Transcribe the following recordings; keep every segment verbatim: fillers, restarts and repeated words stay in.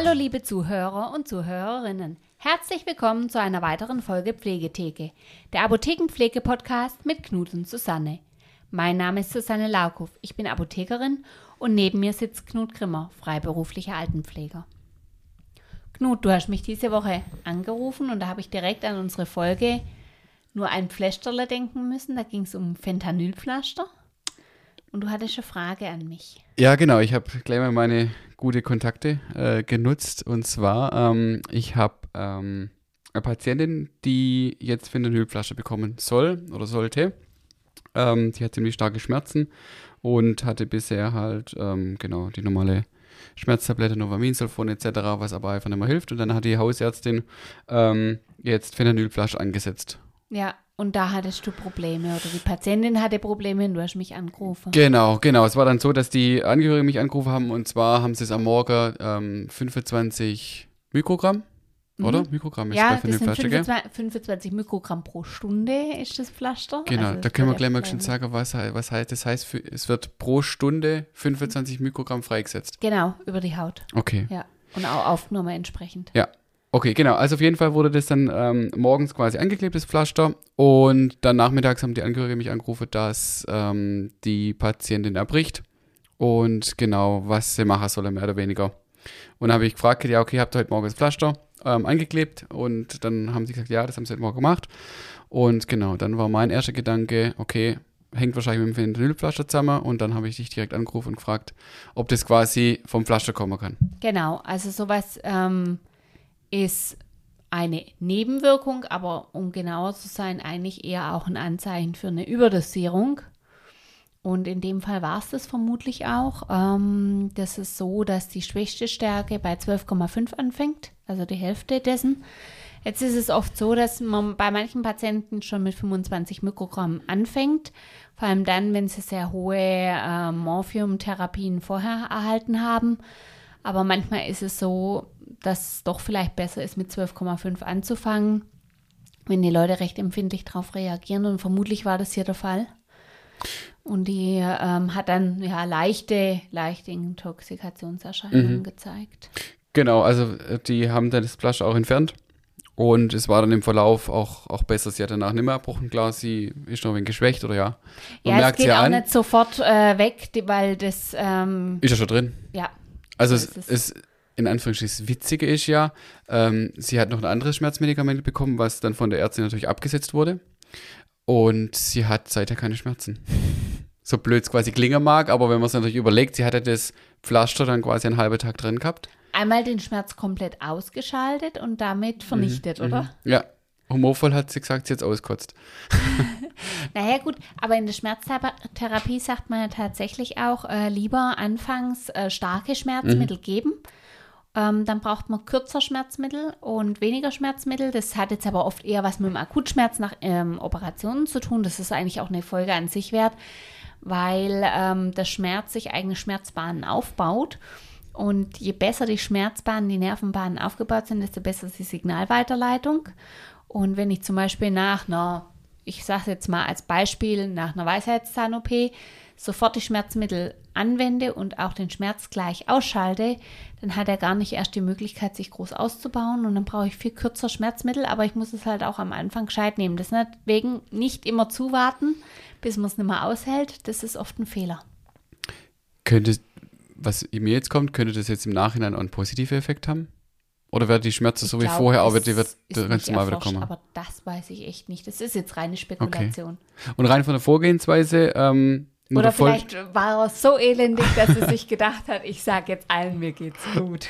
Hallo liebe Zuhörer und Zuhörerinnen. Herzlich willkommen zu einer weiteren Folge Pflegetheke, der Apothekenpflege-Podcast mit Knut und Susanne. Mein Name ist Susanne Laukow, ich bin Apothekerin und neben mir sitzt Knut Grimmer, freiberuflicher Altenpfleger. Knut, du hast mich diese Woche angerufen und da habe ich direkt an unsere Folge nur ein Pflästerle denken müssen. Da ging es um Fentanylpflaster und du hattest eine Frage an mich. Ja, genau. Ich habe gleich mal meine gute Kontakte äh, genutzt. Und zwar, ähm, ich habe ähm, eine Patientin, die jetzt Fentanylpflaster bekommen soll oder sollte. Ähm, die hat ziemlich starke Schmerzen und hatte bisher halt, ähm, genau, die normale Schmerztablette, Novamin, Sulfon et cetera, was aber einfach nicht mehr hilft. Und dann hat die Hausärztin ähm, jetzt Fentanylpflaster angesetzt. Ja, und da hattest du Probleme oder die Patientin hatte Probleme und du hast mich angerufen. Genau, genau. Es war dann so, dass die Angehörigen mich angerufen haben und zwar haben sie es am Morgen ähm, fünfundzwanzig Mikrogramm, mhm. oder? Mikrogramm ist ja, bei Fentanylpflaster, gell? Ja, fünfundzwanzig Mikrogramm pro Stunde ist das Pflaster. Genau, also da können wir gleich mal schon sagen, was, was heißt. Das heißt, für, es wird pro Stunde fünfundzwanzig Mikrogramm freigesetzt. Genau, über die Haut. Okay. Ja, und auch aufgenommen entsprechend. Ja. Okay, genau. Also auf jeden Fall wurde das dann ähm, morgens quasi angeklebt, das Pflaster. Und dann nachmittags haben die Angehörigen mich angerufen, dass ähm, die Patientin erbricht. Und genau, was sie machen soll, mehr oder weniger. Und dann habe ich gefragt, ja, okay, habt ihr heute Morgen das Pflaster ähm, angeklebt? Und dann haben sie gesagt, ja, das haben sie heute Morgen gemacht. Und genau, dann war mein erster Gedanke, okay, hängt wahrscheinlich mit dem Fentanylpflaster zusammen. Und dann habe ich dich direkt angerufen und gefragt, ob das quasi vom Pflaster kommen kann. Genau, also sowas ähm, ist eine Nebenwirkung, aber um genauer zu sein, eigentlich eher auch ein Anzeichen für eine Überdosierung. Und in dem Fall war es das vermutlich auch. Ähm, das ist so, dass die schwächste Stärke bei zwölf Komma fünf anfängt, also die Hälfte dessen. Jetzt ist es oft so, dass man bei manchen Patienten schon mit fünfundzwanzig Mikrogramm anfängt, vor allem dann, wenn sie sehr hohe äh, Morphiumtherapien vorher erhalten haben. Aber manchmal ist es so, dass es doch vielleicht besser ist, mit zwölf Komma fünf anzufangen, wenn die Leute recht empfindlich darauf reagieren. Und vermutlich war das hier der Fall. Und die ähm, hat dann ja leichte, leichte Intoxikationserscheinungen mhm. gezeigt. Genau, also die haben dann das Pflaster auch entfernt. Und es war dann im Verlauf auch, auch besser. Sie hat danach nicht mehr erbrochen. Klar, sie ist noch ein wenig geschwächt, oder ja? Man ja, merkt es geht auch an. Nicht sofort äh, weg, weil das ähm, ist ja schon drin. Ja. Also es ist, in Anführungsstrichen, das Witzige ist ja, ähm, sie hat noch ein anderes Schmerzmedikament bekommen, was dann von der Ärztin natürlich abgesetzt wurde. Und sie hat seither keine Schmerzen. So blöd es quasi klingen mag, aber wenn man es natürlich überlegt, sie hatte das Pflaster dann quasi einen halben Tag drin gehabt. Einmal den Schmerz komplett ausgeschaltet und damit vernichtet, mhm, oder? Ja, humorvoll hat sie gesagt, sie jetzt auskotzt. Naja gut, aber in der Schmerztherapie sagt man ja tatsächlich auch, äh, lieber anfangs äh, starke Schmerzmittel mhm. geben. Ähm, dann braucht man kürzer Schmerzmittel und weniger Schmerzmittel. Das hat jetzt aber oft eher was mit dem Akutschmerz nach ähm, Operationen zu tun. Das ist eigentlich auch eine Folge an sich wert, weil ähm, der Schmerz sich eigene Schmerzbahnen aufbaut. Und je besser die Schmerzbahnen, die Nervenbahnen aufgebaut sind, desto besser ist die Signalweiterleitung. Und wenn ich zum Beispiel nach einer, ich sage es jetzt mal als Beispiel, nach einer Weisheitszahn-O P sofort die Schmerzmittel anwende und auch den Schmerz gleich ausschalte, dann hat er gar nicht erst die Möglichkeit, sich groß auszubauen und dann brauche ich viel kürzer Schmerzmittel, aber ich muss es halt auch am Anfang gescheit nehmen. Deswegen nicht immer zuwarten, bis man es nicht mehr aushält, das ist oft ein Fehler. Könnte, was mir jetzt kommt, könnte das jetzt im Nachhinein auch einen positiven Effekt haben? Oder wird die Schmerzen so wie glaub, vorher, aber die wird ganz normal wieder kommen? Aber das weiß ich echt nicht. Das ist jetzt reine Spekulation. Okay. Und rein von der Vorgehensweise, ähm, oder vielleicht war er so elendig, dass er sich gedacht hat, ich sage jetzt allen, mir geht's gut.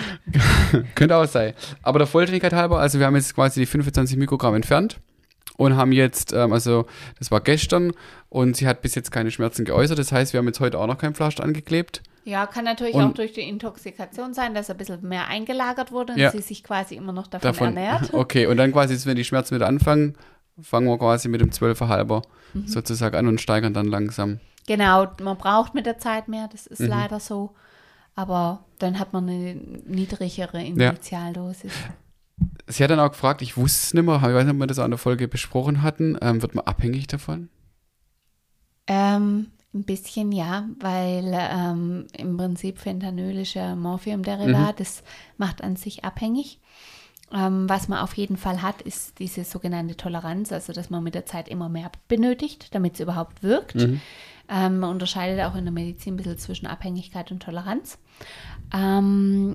Könnte auch sein. Aber der Vollständigkeit halber, also wir haben jetzt quasi die fünfundzwanzig Mikrogramm entfernt und haben jetzt, ähm, also das war gestern und sie hat bis jetzt keine Schmerzen geäußert. Das heißt, wir haben jetzt heute auch noch kein Pflaster angeklebt. Ja, kann natürlich und auch durch die Intoxikation sein, dass er ein bisschen mehr eingelagert wurde und ja, sie sich quasi immer noch davon, davon ernährt. Okay, und dann quasi, wenn die Schmerzen wieder anfangen, fangen wir quasi mit dem zwölfer halber mhm. sozusagen an und steigern dann langsam. Genau, man braucht mit der Zeit mehr, das ist mhm. leider so. Aber dann hat man eine niedrigere Initialdosis. Ja. Sie hat dann auch gefragt, ich wusste es nicht mehr, ich weiß nicht, ob wir das auch in der Folge besprochen hatten, ähm, wird man abhängig davon? Ähm, Ein bisschen ja, weil ähm, im Prinzip Fentanyl ist ja Morphiumderivat, mhm. das macht an sich abhängig. Ähm, was man auf jeden Fall hat, ist diese sogenannte Toleranz, also dass man mit der Zeit immer mehr benötigt, damit es überhaupt wirkt. Mhm. Ähm, man unterscheidet auch in der Medizin ein bisschen zwischen Abhängigkeit und Toleranz. Ähm,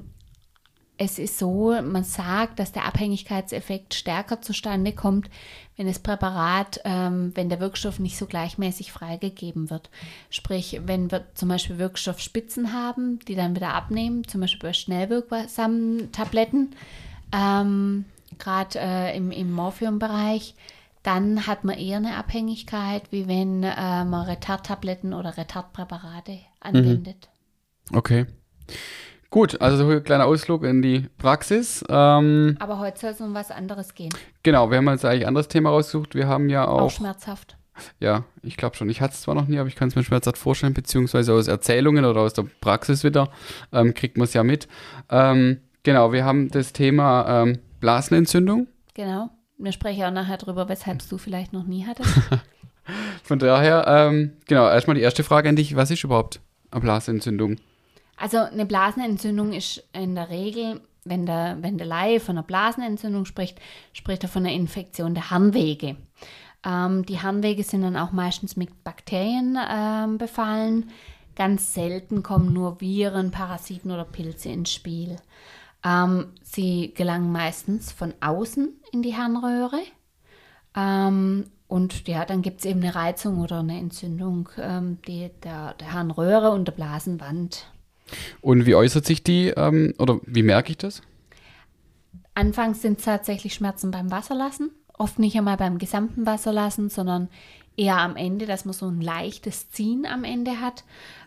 es ist so, man sagt, dass der Abhängigkeitseffekt stärker zustande kommt, wenn das Präparat, ähm, wenn der Wirkstoff nicht so gleichmäßig freigegeben wird. Sprich, wenn wir zum Beispiel Wirkstoffspitzen haben, die dann wieder abnehmen, zum Beispiel bei schnellwirksamen Tabletten, ähm, gerade äh, im, im Morphium-Bereich, dann hat man eher eine Abhängigkeit, wie wenn äh, man Retardtabletten oder Retardpräparate anwendet. Okay. Gut, also so ein kleiner Ausflug in die Praxis. Ähm, Aber heute soll es um was anderes gehen. Genau, wir haben uns eigentlich ein anderes Thema rausgesucht. Wir haben ja auch... Auch schmerzhaft. Ja, ich glaube schon. Ich hatte es zwar noch nie, aber ich kann es mir schmerzhaft vorstellen, beziehungsweise aus Erzählungen oder aus der Praxis wieder, ähm, kriegt man es ja mit. Ähm, genau, wir haben das Thema ähm, Blasenentzündung. Genau. Wir sprechen auch nachher drüber, weshalb du vielleicht noch nie hattest. Von daher, ähm, genau, erstmal die erste Frage an dich. Was ist überhaupt eine Blasenentzündung? Also eine Blasenentzündung ist in der Regel, wenn der, wenn der Laie von einer Blasenentzündung spricht, spricht er von einer Infektion der Harnwege. Ähm, die Harnwege sind dann auch meistens mit Bakterien ähm, befallen. Ganz selten kommen nur Viren, Parasiten oder Pilze ins Spiel. Ähm, sie gelangen meistens von außen in die Harnröhre. Ähm, und ja, dann gibt es eben eine Reizung oder eine Entzündung ähm, die, der, der Harnröhre und der Blasenwand. Und wie äußert sich die, ähm, oder wie merke ich das? Anfangs sind es tatsächlich Schmerzen beim Wasserlassen. Oft nicht einmal beim gesamten Wasserlassen, sondern eher am Ende, dass man so ein leichtes Ziehen am Ende hat.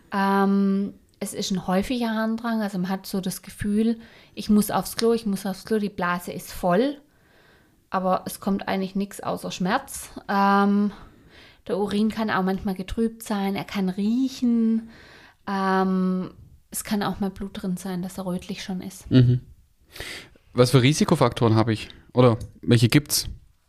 Ähm, es ist ein häufiger Harndrang, also man hat so das Gefühl, ich muss aufs Klo, ich muss aufs Klo, die Blase ist voll, aber es kommt eigentlich nichts außer Schmerz. Ähm, der Urin kann auch manchmal getrübt sein, er kann riechen, ähm, es kann auch mal Blut drin sein, dass er rötlich schon ist. Mhm. Was für Risikofaktoren habe ich? Oder welche gibt's?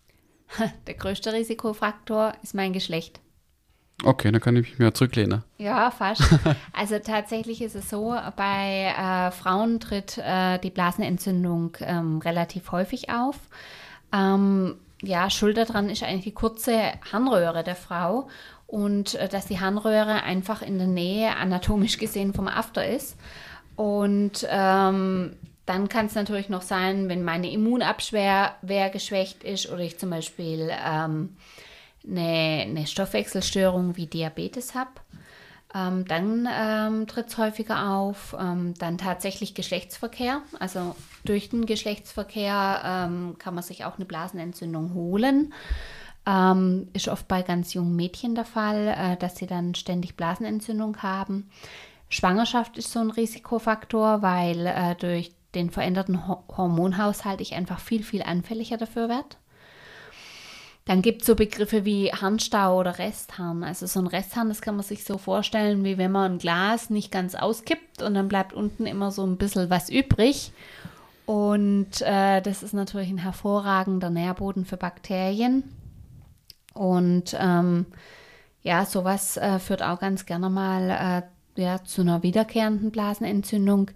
Der größte Risikofaktor ist mein Geschlecht. Okay, dann kann ich mich mehr zurücklehnen. Ja, fast. Also tatsächlich ist es so, bei äh, Frauen tritt äh, die Blasenentzündung ähm, relativ häufig auf. Ähm, ja, Schuld daran ist eigentlich die kurze Harnröhre der Frau und äh, dass die Harnröhre einfach in der Nähe anatomisch gesehen vom After ist. Und ähm, dann kann es natürlich noch sein, wenn meine Immunabwehr geschwächt ist oder ich zum Beispiel ähm, eine, eine Stoffwechselstörung wie Diabetes habe, ähm, dann ähm, tritt es häufiger auf. Ähm, dann tatsächlich Geschlechtsverkehr. Also durch den Geschlechtsverkehr ähm, kann man sich auch eine Blasenentzündung holen. Ähm, ist oft bei ganz jungen Mädchen der Fall, äh, dass sie dann ständig Blasenentzündung haben. Schwangerschaft ist so ein Risikofaktor, weil äh, durch den veränderten Ho- Hormonhaushalt ich einfach viel, viel anfälliger dafür werde. Dann gibt es so Begriffe wie Harnstau oder Restharn. Also so ein Restharn, das kann man sich so vorstellen, wie wenn man ein Glas nicht ganz auskippt und dann bleibt unten immer so ein bisschen was übrig. Und äh, das ist natürlich ein hervorragender Nährboden für Bakterien. Und ähm, ja, sowas äh, führt auch ganz gerne mal äh, ja, zu einer wiederkehrenden Blasenentzündung.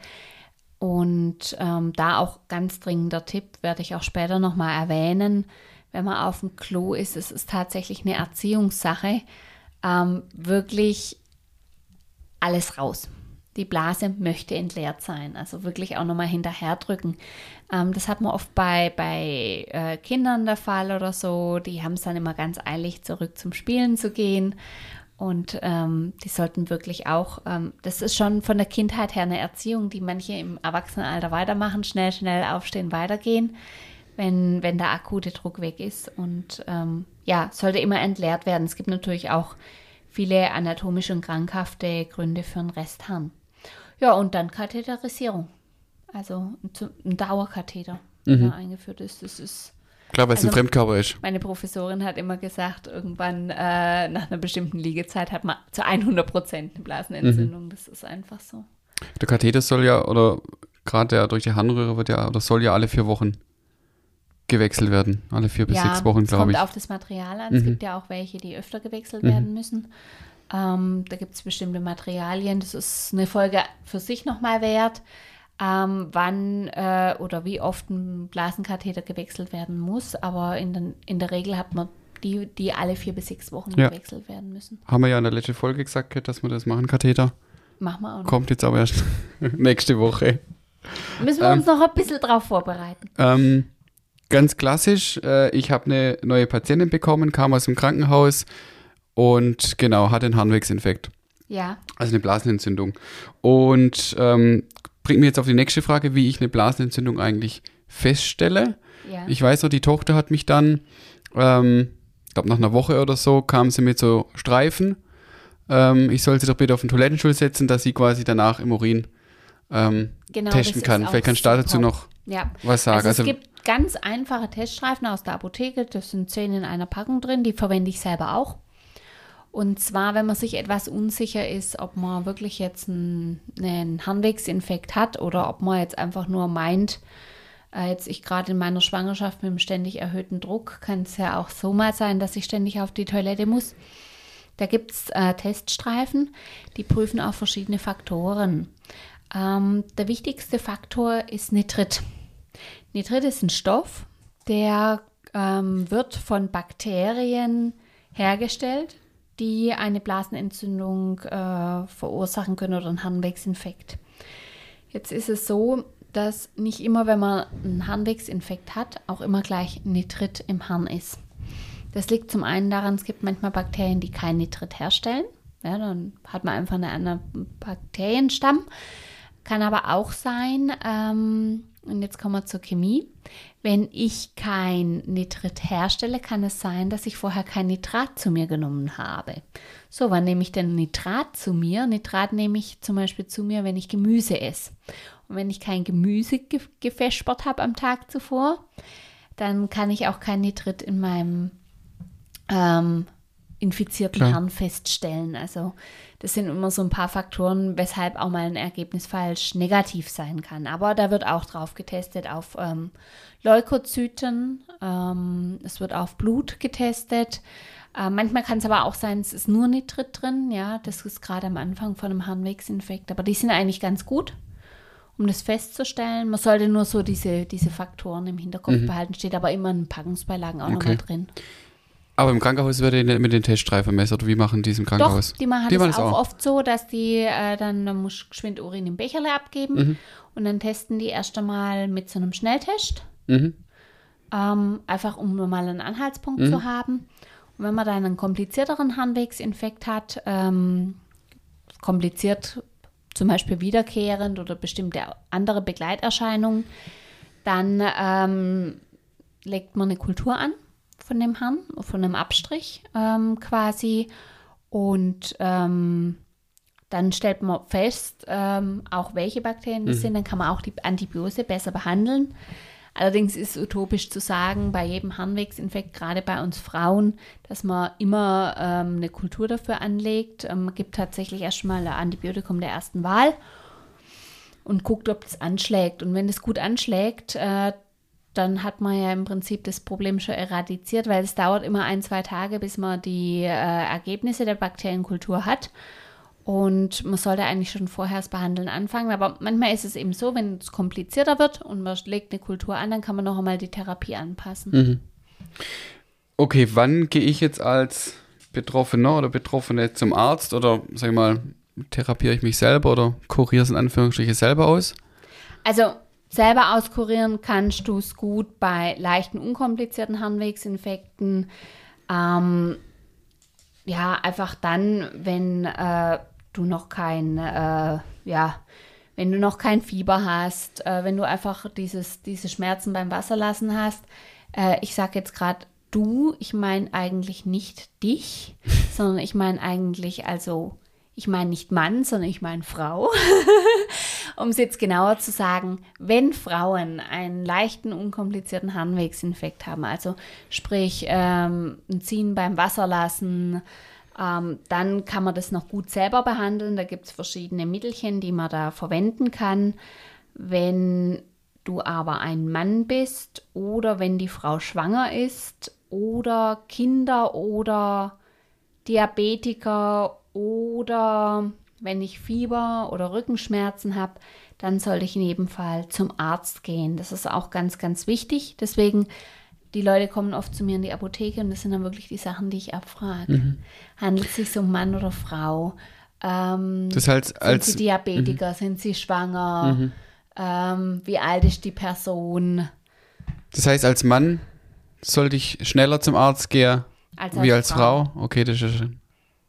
Und ähm, da auch ganz dringender Tipp, werde ich auch später nochmal erwähnen, wenn man auf dem Klo ist, es ist tatsächlich eine Erziehungssache, ähm, wirklich alles raus. Die Blase möchte entleert sein, also wirklich auch nochmal hinterherdrücken. Ähm, das hat man oft bei, bei äh, Kindern der Fall oder so, die haben es dann immer ganz eilig, zurück zum Spielen zu gehen. Und ähm, die sollten wirklich auch, ähm, das ist schon von der Kindheit her eine Erziehung, die manche im Erwachsenenalter weitermachen, schnell, schnell aufstehen, weitergehen, wenn, wenn der akute Druck weg ist. Und ähm, ja, sollte immer entleert werden. Es gibt natürlich auch viele anatomische und krankhafte Gründe für einen Restharn. Ja, und dann Katheterisierung. Also ein, ein Dauerkatheter, der mhm. eingeführt ist. Das ist klar, weil es also, ein Fremdkörper ist. Meine Professorin hat immer gesagt, irgendwann äh, nach einer bestimmten Liegezeit hat man zu hundert Prozent eine Blasenentzündung. Mhm. Das ist einfach so. Der Katheter soll ja, oder gerade der durch die Harnröhre wird ja, oder soll ja alle vier Wochen gewechselt werden. Alle vier bis ja, sechs Wochen, glaube ich. Es kommt auf das Material an. Mhm. Es gibt ja auch welche, die öfter gewechselt mhm. werden müssen. Ähm, da gibt es bestimmte Materialien, das ist eine Folge für sich nochmal wert, ähm, wann äh, oder wie oft ein Blasenkatheter gewechselt werden muss. Aber in, den, in der Regel hat man die, die alle vier bis sechs Wochen ja. gewechselt werden müssen. Haben wir ja in der letzten Folge gesagt, dass wir das machen, Katheter. Machen wir auch noch. Kommt jetzt aber erst nächste Woche. Müssen wir ähm, uns noch ein bisschen drauf vorbereiten. Ähm, ganz klassisch, äh, ich habe eine neue Patientin bekommen, kam aus dem Krankenhaus und genau, hatte einen Harnwegsinfekt. Ja. Also eine Blasenentzündung. Und ähm, bringt mich jetzt auf die nächste Frage, wie ich eine Blasenentzündung eigentlich feststelle. Ja. Ich weiß noch, die Tochter hat mich dann, ähm, ich glaube nach einer Woche oder so, kam sie mit so Streifen. Ähm, ich soll sie doch bitte auf den Toilettenstuhl setzen, dass sie quasi danach im Urin ähm, genau, testen kann. Vielleicht kannst du da dazu noch ja. was sagen. Also es also, gibt ganz einfache Teststreifen aus der Apotheke, das sind zehn in einer Packung drin, die verwende ich selber auch. Und zwar, wenn man sich etwas unsicher ist, ob man wirklich jetzt einen, einen Harnwegsinfekt hat oder ob man jetzt einfach nur meint, äh, jetzt ich gerade in meiner Schwangerschaft mit einem ständig erhöhten Druck, kann es ja auch so mal sein, dass ich ständig auf die Toilette muss. Da gibt es äh, Teststreifen, die prüfen auch verschiedene Faktoren. Ähm, der wichtigste Faktor ist Nitrit. Nitrit ist ein Stoff, der ähm, wird von Bakterien hergestellt, die eine Blasenentzündung äh, verursachen können oder einen Harnwegsinfekt. Jetzt ist es so, dass nicht immer, wenn man einen Harnwegsinfekt hat, auch immer gleich Nitrit im Harn ist. Das liegt zum einen daran, es gibt manchmal Bakterien, die kein Nitrit herstellen. Ja, dann hat man einfach einen anderen Bakterienstamm. Kann aber auch sein, ähm, und jetzt kommen wir zur Chemie, wenn ich kein Nitrit herstelle, kann es sein, dass ich vorher kein Nitrat zu mir genommen habe. So, wann nehme ich denn Nitrat zu mir? Nitrat nehme ich zum Beispiel zu mir, wenn ich Gemüse esse. Und wenn ich kein Gemüse ge- gefespert habe am Tag zuvor, dann kann ich auch kein Nitrit in meinem ähm, infizierten Klar. Harn feststellen. Also das sind immer so ein paar Faktoren, weshalb auch mal ein Ergebnis falsch negativ sein kann. Aber da wird auch drauf getestet auf ähm, Leukozyten, ähm, es wird auf Blut getestet. Äh, manchmal kann es aber auch sein, es ist nur Nitrit drin. Ja, das ist gerade am Anfang von einem Harnwegsinfekt. Aber die sind eigentlich ganz gut, um das festzustellen. Man sollte nur so diese, diese Faktoren im Hinterkopf mhm. behalten. Steht aber immer in den Packungsbeilagen auch okay. nochmal drin. Aber im Krankenhaus wird nicht mit den Teststreifen messen, oder wie machen die es im Krankenhaus? Doch, die machen die das auch, auch oft so, dass die äh, dann, dann muss geschwind Urin im Becherle abgeben mhm. und dann testen die erst einmal mit so einem Schnelltest, mhm. ähm, einfach um mal einen Anhaltspunkt mhm. zu haben. Und wenn man dann einen komplizierteren Harnwegsinfekt hat, ähm, kompliziert zum Beispiel wiederkehrend oder bestimmte andere Begleiterscheinungen, dann ähm, legt man eine Kultur an von dem Harn, von einem Abstrich ähm, quasi und ähm, dann stellt man fest, ähm, auch welche Bakterien das mhm. sind, dann kann man auch die Antibiose besser behandeln. Allerdings ist es utopisch zu sagen, bei jedem Harnwegsinfekt, gerade bei uns Frauen, dass man immer ähm, eine Kultur dafür anlegt. Ähm, man gibt tatsächlich erstmal ein Antibiotikum der ersten Wahl und guckt, ob das anschlägt. Und wenn das gut anschlägt, äh, dann hat man ja im Prinzip das Problem schon eradiziert, weil es dauert immer ein, zwei Tage, bis man die äh, Ergebnisse der Bakterienkultur hat. Und man sollte eigentlich schon vorher das Behandeln anfangen. Aber manchmal ist es eben so, wenn es komplizierter wird und man legt eine Kultur an, dann kann man noch einmal die Therapie anpassen. Mhm. Okay, wann gehe ich jetzt als Betroffener oder Betroffene zum Arzt oder, sag ich mal, therapiere ich mich selber oder kuriere es in Anführungsstrichen selber aus? Also selber auskurieren kannst du es gut bei leichten, unkomplizierten Harnwegsinfekten. Ähm, ja, einfach dann, wenn äh, du noch kein, äh, ja, wenn du noch kein Fieber hast, äh, wenn du einfach dieses, diese Schmerzen beim Wasserlassen hast. Äh, ich sage jetzt gerade du, ich meine eigentlich nicht dich, sondern ich meine eigentlich, also ich meine nicht Mann, sondern ich meine Frau. Um es jetzt genauer zu sagen, wenn Frauen einen leichten, unkomplizierten Harnwegsinfekt haben, also sprich ähm, ein Ziehen beim Wasserlassen, ähm, dann kann man das noch gut selber behandeln. Da gibt es verschiedene Mittelchen, die man da verwenden kann. Wenn du aber ein Mann bist oder wenn die Frau schwanger ist oder Kinder oder Diabetiker oder wenn ich Fieber oder Rückenschmerzen habe, dann sollte ich in jedem Fall zum Arzt gehen. Das ist auch ganz, ganz wichtig. Deswegen, die Leute kommen oft zu mir in die Apotheke und das sind dann wirklich die Sachen, die ich abfrage. Mhm. Handelt es sich um Mann oder Frau? Ähm, das heißt, als, sind sie Diabetiker? Mhm. Sind sie schwanger? Mhm. Ähm, wie alt ist die Person? Das heißt, als Mann sollte ich schneller zum Arzt gehen als wie als Frau? Frau? Okay, das ist schon.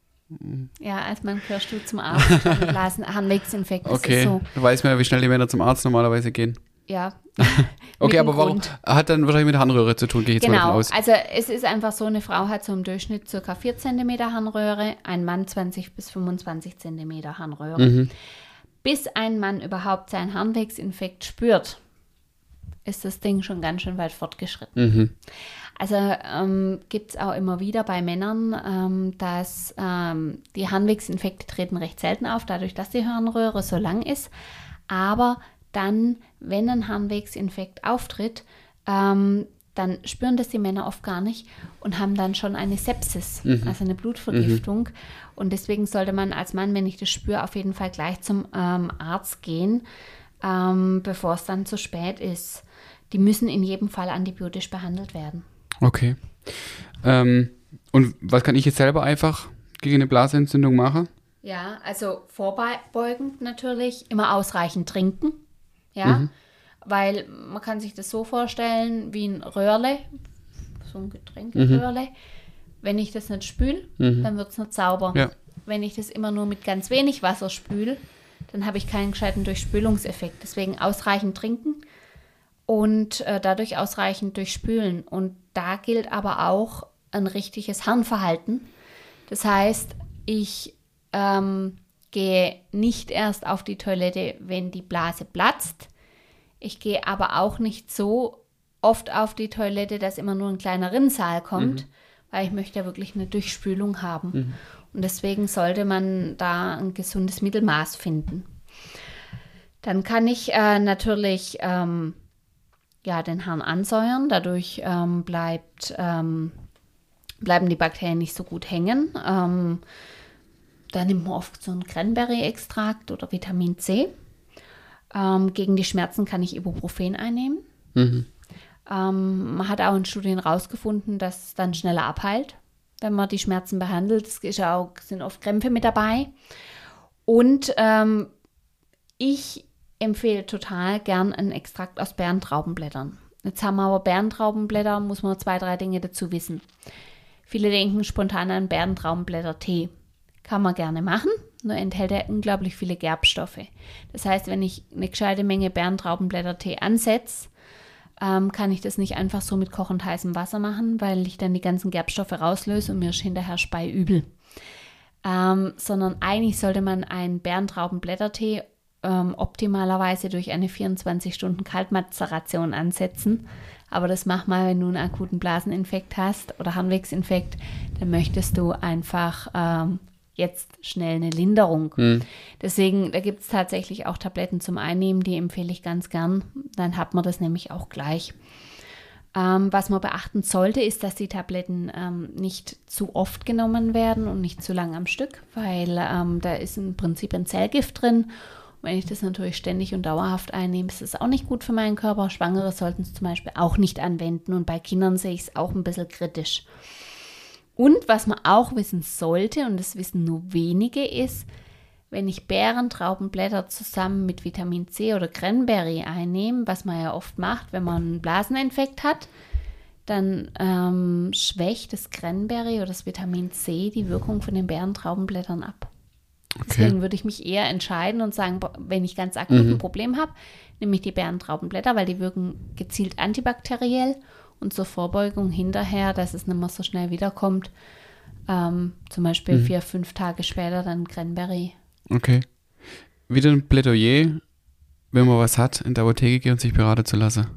Ja, als Mann gehörst du zum Arzt. Harnwegsinfekt. Okay, so. Du weißt mir, wie schnell die Männer zum Arzt normalerweise gehen. Ja. Okay, aber warum? Hat dann wahrscheinlich mit Harnröhre zu tun, gehe ich jetzt genau. mal davon aus. Also es ist einfach so, eine Frau hat so im Durchschnitt ca. vier Zentimeter Harnröhre, ein Mann zwanzig bis fünfundzwanzig Zentimeter Harnröhre. Mhm. Bis ein Mann überhaupt seinen Harnwegsinfekt spürt, ist das Ding schon ganz schön weit fortgeschritten. Mhm. Also ähm, gibt es auch immer wieder bei Männern, ähm, dass ähm, die Harnwegsinfekte treten recht selten auf, dadurch, dass die Harnröhre so lang ist. Aber dann, wenn ein Harnwegsinfekt auftritt, ähm, dann spüren das die Männer oft gar nicht und haben dann schon eine Sepsis, mhm. also eine Blutvergiftung. Mhm. Und deswegen sollte man als Mann, wenn ich das spüre, auf jeden Fall gleich zum ähm, Arzt gehen, ähm, bevor es dann zu spät ist. Die müssen in jedem Fall antibiotisch behandelt werden. Okay. Ähm, und was kann ich jetzt selber einfach gegen eine Blasenentzündung machen? Ja, also vorbeugend natürlich immer ausreichend trinken. Ja, mhm. weil man kann sich das so vorstellen wie ein Röhrle, so ein Getränkeröhrle. Mhm. Wenn ich das nicht spüle, mhm. dann wird es nicht sauber. Ja. Wenn ich das immer nur mit ganz wenig Wasser spüle, dann habe ich keinen gescheiten Durchspülungseffekt. Deswegen ausreichend trinken und äh, dadurch ausreichend durchspülen. Und da gilt aber auch ein richtiges Harnverhalten. Das heißt, ich ähm, gehe nicht erst auf die Toilette, wenn die Blase platzt. Ich gehe aber auch nicht so oft auf die Toilette, dass immer nur ein kleiner Rinnsal kommt, mhm. weil ich möchte ja wirklich eine Durchspülung haben. Mhm. Und deswegen sollte man da ein gesundes Mittelmaß finden. Dann kann ich äh, natürlich ähm, ja, den Harn ansäuern. Dadurch ähm, bleibt, ähm, bleiben die Bakterien nicht so gut hängen. Ähm, da nimmt man oft so einen Cranberry-Extrakt oder Vitamin C. Ähm, gegen die Schmerzen kann ich Ibuprofen einnehmen. Mhm. Ähm, man hat auch in Studien herausgefunden, dass es dann schneller abheilt, wenn man die Schmerzen behandelt. Es ist ja auch, sind oft Krämpfe mit dabei. Und ähm, ich empfehle total gern einen Extrakt aus Beerentraubenblättern. Jetzt haben wir aber Beerentraubenblätter, muss man zwei, drei Dinge dazu wissen. Viele denken spontan an Beerentraubenblätter-Tee. Kann man gerne machen, nur enthält er unglaublich viele Gerbstoffe. Das heißt, wenn ich eine gescheite Menge Beerentraubenblätter-Tee ansetze, ähm, kann ich das nicht einfach so mit kochend heißem Wasser machen, weil ich dann die ganzen Gerbstoffe rauslöse und mir ist hinterher speiübel. Ähm, sondern eigentlich sollte man einen Beerentraubenblättertee ähm, optimalerweise durch eine vierundzwanzig Stunden Kaltmazeration ansetzen. Aber das mach mal, wenn du einen akuten Blaseninfekt hast oder Harnwegsinfekt, dann möchtest du einfach ähm, jetzt schnell eine Linderung. Hm. Deswegen, da gibt es tatsächlich auch Tabletten zum Einnehmen, die empfehle ich ganz gern. Dann hat man das nämlich auch gleich. Ähm, was man beachten sollte, ist, dass die Tabletten ähm, nicht zu oft genommen werden und nicht zu lang am Stück, weil ähm, da ist im Prinzip ein Zellgift drin. Und wenn ich das natürlich ständig und dauerhaft einnehme, ist das auch nicht gut für meinen Körper. Schwangere sollten es zum Beispiel auch nicht anwenden und bei Kindern sehe ich es auch ein bisschen kritisch. Und was man auch wissen sollte, und das wissen nur wenige, ist, wenn ich Beerentraubenblätter zusammen mit Vitamin C oder Cranberry einnehme, was man ja oft macht, wenn man einen Blaseninfekt hat, dann ähm, schwächt das Cranberry oder das Vitamin C die Wirkung von den Beerentraubenblättern ab. Okay. Deswegen würde ich mich eher entscheiden und sagen, wenn ich ganz akut mhm. ein Problem habe, nehme ich die Beerentraubenblätter, weil die wirken gezielt antibakteriell. Und zur Vorbeugung hinterher, dass es nicht mehr so schnell wiederkommt, ähm, zum Beispiel mhm. vier, fünf Tage später dann Cranberry. Okay. Wieder ein Plädoyer, wenn man was hat, in der Apotheke gehen und sich beraten zu lassen.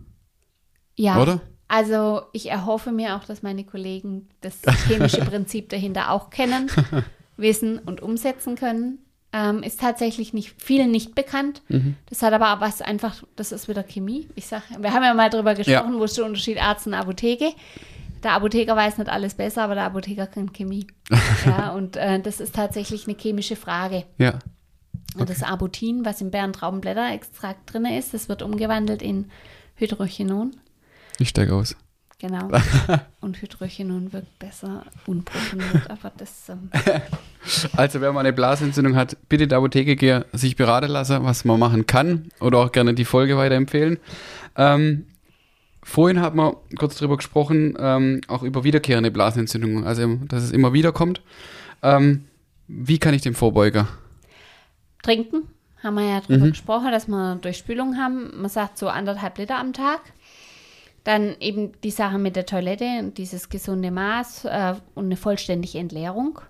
Ja, oder? Also ich erhoffe mir auch, dass meine Kollegen das chemische Prinzip dahinter auch kennen, wissen und umsetzen können. Ähm, ist tatsächlich nicht vielen nicht bekannt. Mhm. Das hat aber was einfach, das ist wieder Chemie. Ich sage, wir haben ja mal drüber gesprochen, ja. Wo ist der Unterschied Arzt und Apotheke? der Apotheker weiß nicht alles besser, aber der Apotheker kann Chemie. Ja, und äh, das ist tatsächlich eine chemische Frage. Ja. Okay. Und das Arbutin, was im Beerentraubenblätterextrakt drin ist, das wird umgewandelt in Hydrochinon. Ich steige aus. Genau. Und Hydrochinon wirkt besser unprotoniert, aber das... Ähm Also wer mal eine Blasenentzündung hat, bitte in die Apotheke gehen, sich beraten lassen, was man machen kann oder auch gerne die Folge weiterempfehlen. Ähm, vorhin hat man kurz drüber gesprochen, ähm, auch über wiederkehrende Blasenentzündungen, also dass es immer wieder kommt. Ähm, wie kann ich dem vorbeugen? Trinken, haben wir ja drüber Mhm. gesprochen, dass wir Durchspülung haben. Man sagt so anderthalb Liter am Tag. Dann eben die Sache mit der Toilette und dieses gesunde Maß äh, und eine vollständige Entleerung.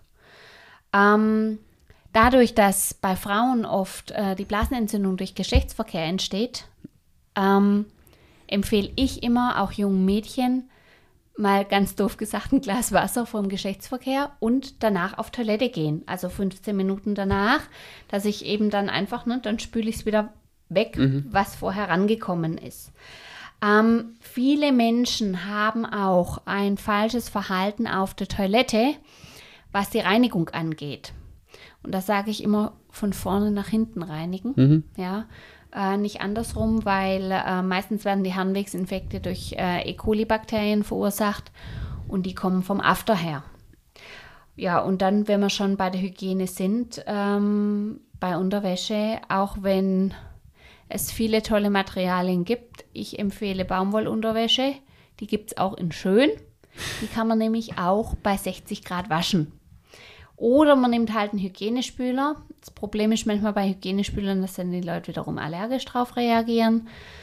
Ähm, dadurch, dass bei Frauen oft äh, die Blasenentzündung durch Geschlechtsverkehr entsteht, ähm, empfehle ich immer auch jungen Mädchen, mal ganz doof gesagt, ein Glas Wasser vom Geschlechtsverkehr und danach auf Toilette gehen. Also fünfzehn Minuten danach, dass ich eben dann einfach, ne, dann spüle ich es wieder weg, Mhm. was vorher rangekommen ist. Ähm, viele Menschen haben auch ein falsches Verhalten auf der Toilette, was die Reinigung angeht. Und das sage ich immer von vorne nach hinten reinigen. Mhm. Ja, äh, nicht andersrum, weil äh, meistens werden die Harnwegsinfekte durch äh, E. coli-Bakterien verursacht und die kommen vom After her. Ja, und dann, wenn wir schon bei der Hygiene sind, ähm, bei Unterwäsche, auch wenn es viele tolle Materialien gibt, ich empfehle Baumwollunterwäsche, die gibt es auch in schön. Die kann man nämlich auch bei sechzig Grad waschen. Oder man nimmt halt einen Hygienespüler. Das Problem ist manchmal bei Hygienespülern, dass dann die Leute wiederum allergisch drauf reagieren.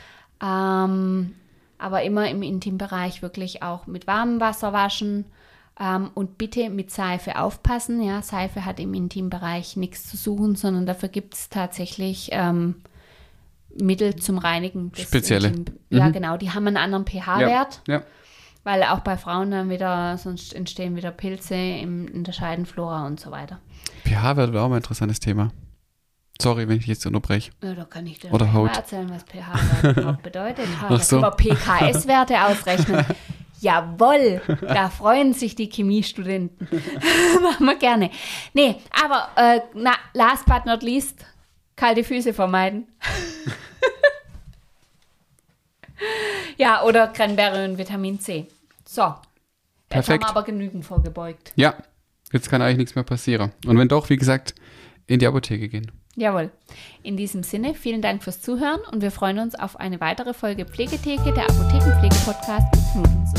Ähm, aber immer im Intimbereich wirklich auch mit warmem Wasser waschen ähm, und bitte mit Seife aufpassen. Ja, Seife hat im Intimbereich nichts zu suchen, sondern dafür gibt es tatsächlich ähm, Mittel zum Reinigen. des Spezielle. Intim- Ja, Mhm. genau. Die haben einen anderen pH-Wert. Ja. Weil auch bei Frauen dann wieder, sonst entstehen wieder Pilze im, in der Scheidenflora und so weiter. pH-Wert wäre auch mal ein interessantes Thema. Sorry, wenn ich jetzt unterbreche. Ja, da kann ich dir Oder noch Haut. mal erzählen, was pH-Wert überhaupt bedeutet. Ha, Ach da so. können wir P K S-Werte ausrechnen. Jawohl, da freuen sich die Chemiestudenten. Machen wir gerne. Nee, aber äh, na, last but not least, kalte Füße vermeiden. Ja, oder Cranberry und Vitamin C. So, jetzt Perfekt. haben wir aber genügend vorgebeugt. Ja, jetzt kann eigentlich nichts mehr passieren. Und wenn doch, wie gesagt, in die Apotheke gehen. Jawohl. In diesem Sinne, vielen Dank fürs Zuhören und wir freuen uns auf eine weitere Folge Pflegetheke, der Apothekenpflege-Podcast mit Knudens